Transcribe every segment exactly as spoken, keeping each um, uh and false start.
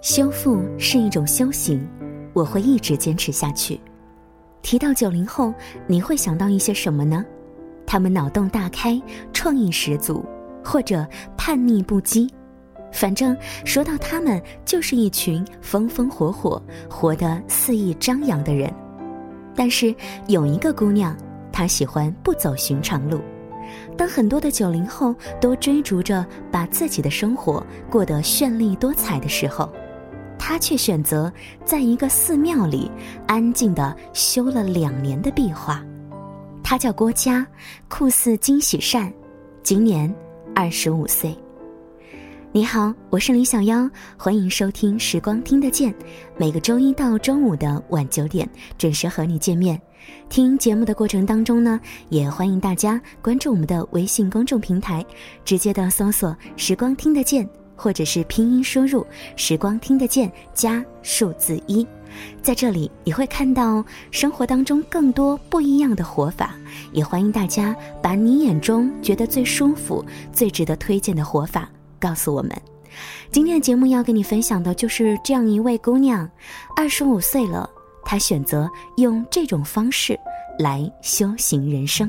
修复是一种修行，我会一直坚持下去。提到九零后，你会想到一些什么呢？他们脑洞大开，创意十足，或者叛逆不羁。反正说到他们，就是一群风风火火、活得肆意张扬的人。但是有一个姑娘，她喜欢不走寻常路。当很多的九零后都追逐着把自己的生活过得绚丽多彩的时候，她却选择在一个寺庙里安静地修了两年的壁画。她叫郭嘉，酷似金喜善，今年二十五岁。你好，我是李小妖，欢迎收听时光听得见，每个周一到周五的晚九点准时和你见面。听节目的过程当中呢，也欢迎大家关注我们的微信公众平台，直接的搜索时光听得见，或者是拼音输入时光听得见加数字一。在这里你会看到生活当中更多不一样的活法，也欢迎大家把你眼中觉得最舒服、最值得推荐的活法告诉我们。今天的节目要跟你分享的就是这样一位姑娘，二十五岁了，她选择用这种方式来修行人生。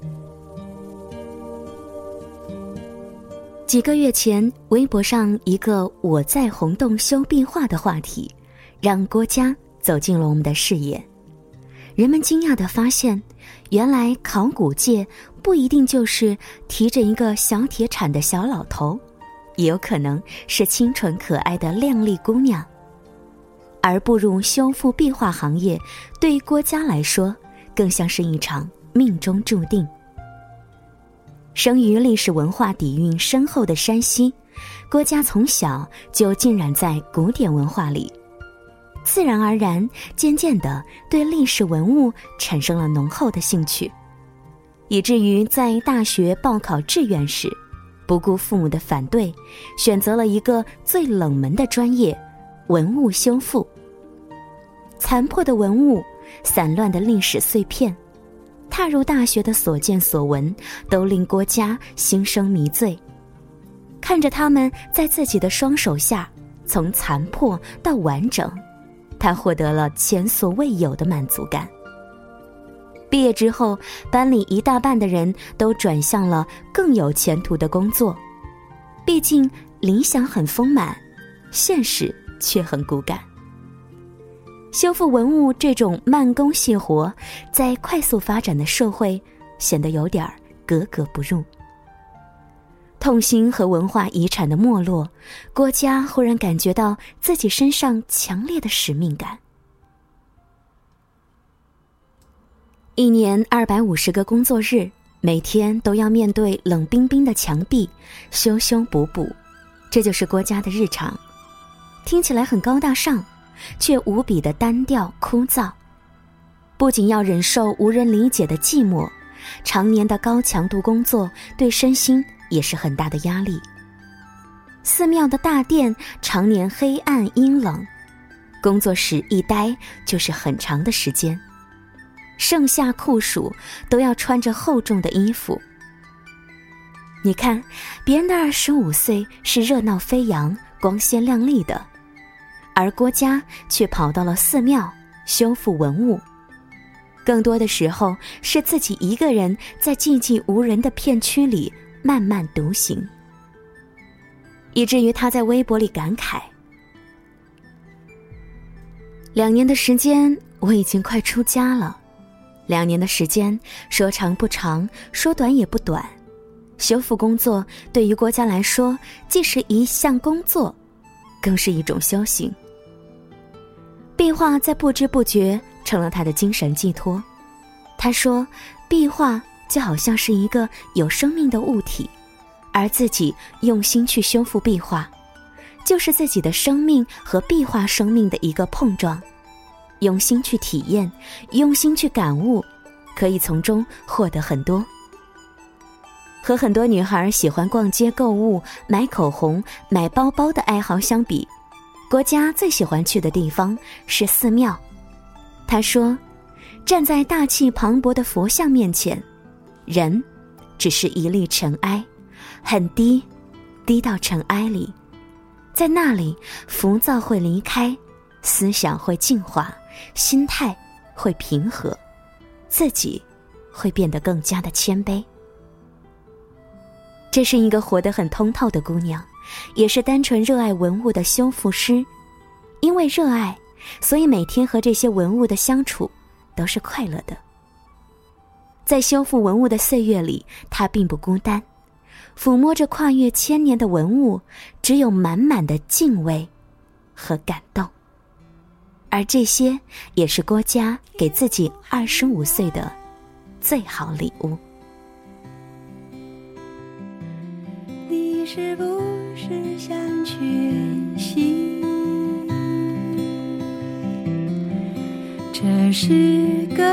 几个月前，微博上一个我在红洞修壁画的话题，让郭嘉走进了我们的视野。人们惊讶地发现，原来考古界不一定就是提着一个小铁铲的小老头，也有可能是清纯可爱的靓丽姑娘。而步入修复壁画行业，对于郭嘉来说，更像是一场命中注定。生于历史文化底蕴深厚的山西，郭嘉从小就浸染在古典文化里，自然而然，渐渐地对历史文物产生了浓厚的兴趣，以至于在大学报考志愿时，不顾父母的反对，选择了一个最冷门的专业——文物修复。残破的文物，散乱的历史碎片，踏入大学的所见所闻，都令郭嘉心生迷醉。看着他们在自己的双手下从残破到完整，他获得了前所未有的满足感。毕业之后，班里一大半的人都转向了更有前途的工作。毕竟理想很丰满，现实却很骨感。修复文物这种慢工细活，在快速发展的社会显得有点格格不入。痛心和文化遗产的没落，郭嘉忽然感觉到自己身上强烈的使命感。一年二百五十个工作日，每天都要面对冷冰冰的墙壁，修修补补，这就是郭嘉的日常。听起来很高大上，却无比的单调枯燥。不仅要忍受无人理解的寂寞，常年的高强度工作对身心也是很大的压力。寺庙的大殿常年黑暗阴冷，工作室一待就是很长的时间，盛夏酷暑都要穿着厚重的衣服。你看，别人的二十五岁是热闹飞扬、光鲜亮丽的，而郭嘉却跑到了寺庙修复文物，更多的时候是自己一个人在寂寂无人的片区里慢慢独行，以至于他在微博里感慨：两年的时间，我已经快出家了。两年的时间，说长不长，说短也不短。修复工作对于郭嘉来说，既是一项工作，更是一种修行。壁画在不知不觉成了他的精神寄托。他说，壁画就好像是一个有生命的物体，而自己用心去修复壁画，就是自己的生命和壁画生命的一个碰撞。用心去体验，用心去感悟，可以从中获得很多。和很多女孩喜欢逛街购物、买口红、买包包的爱好相比，郭嘉最喜欢去的地方是寺庙。他说，站在大气磅礴的佛像面前，人只是一粒尘埃，很低，低到尘埃里， 在那里，浮躁会离开，思想会净化，心态会平和，自己会变得更加的谦卑。这是一个活得很通透的姑娘，也是单纯热爱文物的修复师。因为热爱，所以每天和这些文物的相处都是快乐的。在修复文物的岁月里，她并不孤单，抚摸着跨越千年的文物，只有满满的敬畏和感动。而这些也是郭嘉给自己二十五岁的最好礼物。 你是不是想全息？这是个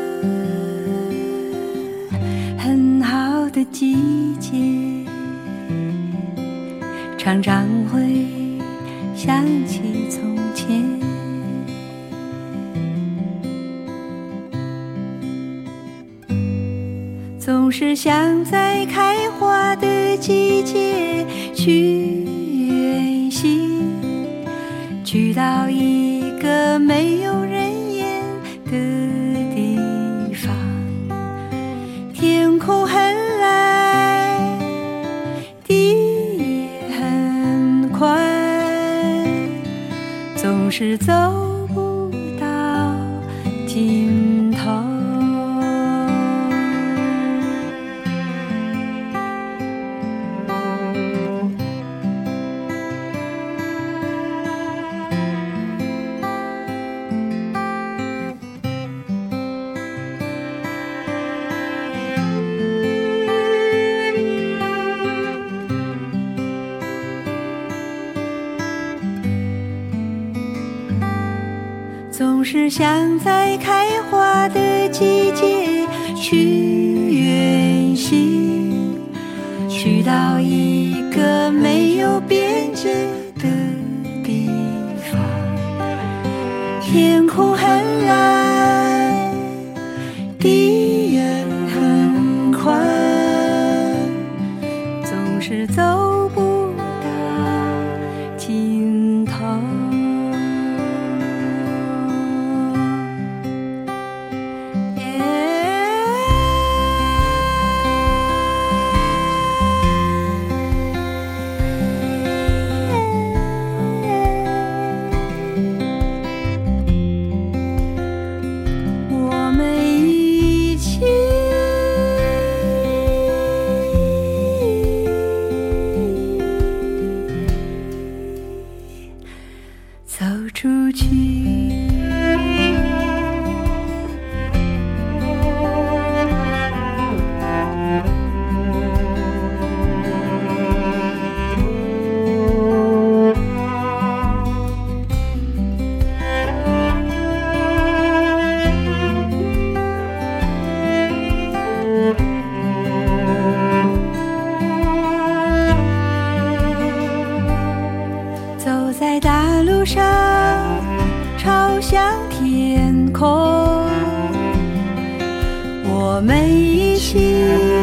很好的季节，常常会想起从前。总是想在开花的季节去远行，去到一个没有人烟的地方。天空很蓝，地也很宽，总是走不到尽头。总是想在开花的季节去远行，去到一个没有边界的地方。天空很蓝，地也很宽，总是走不到尽头。走出去，走在大路上，朝向天空，我们一起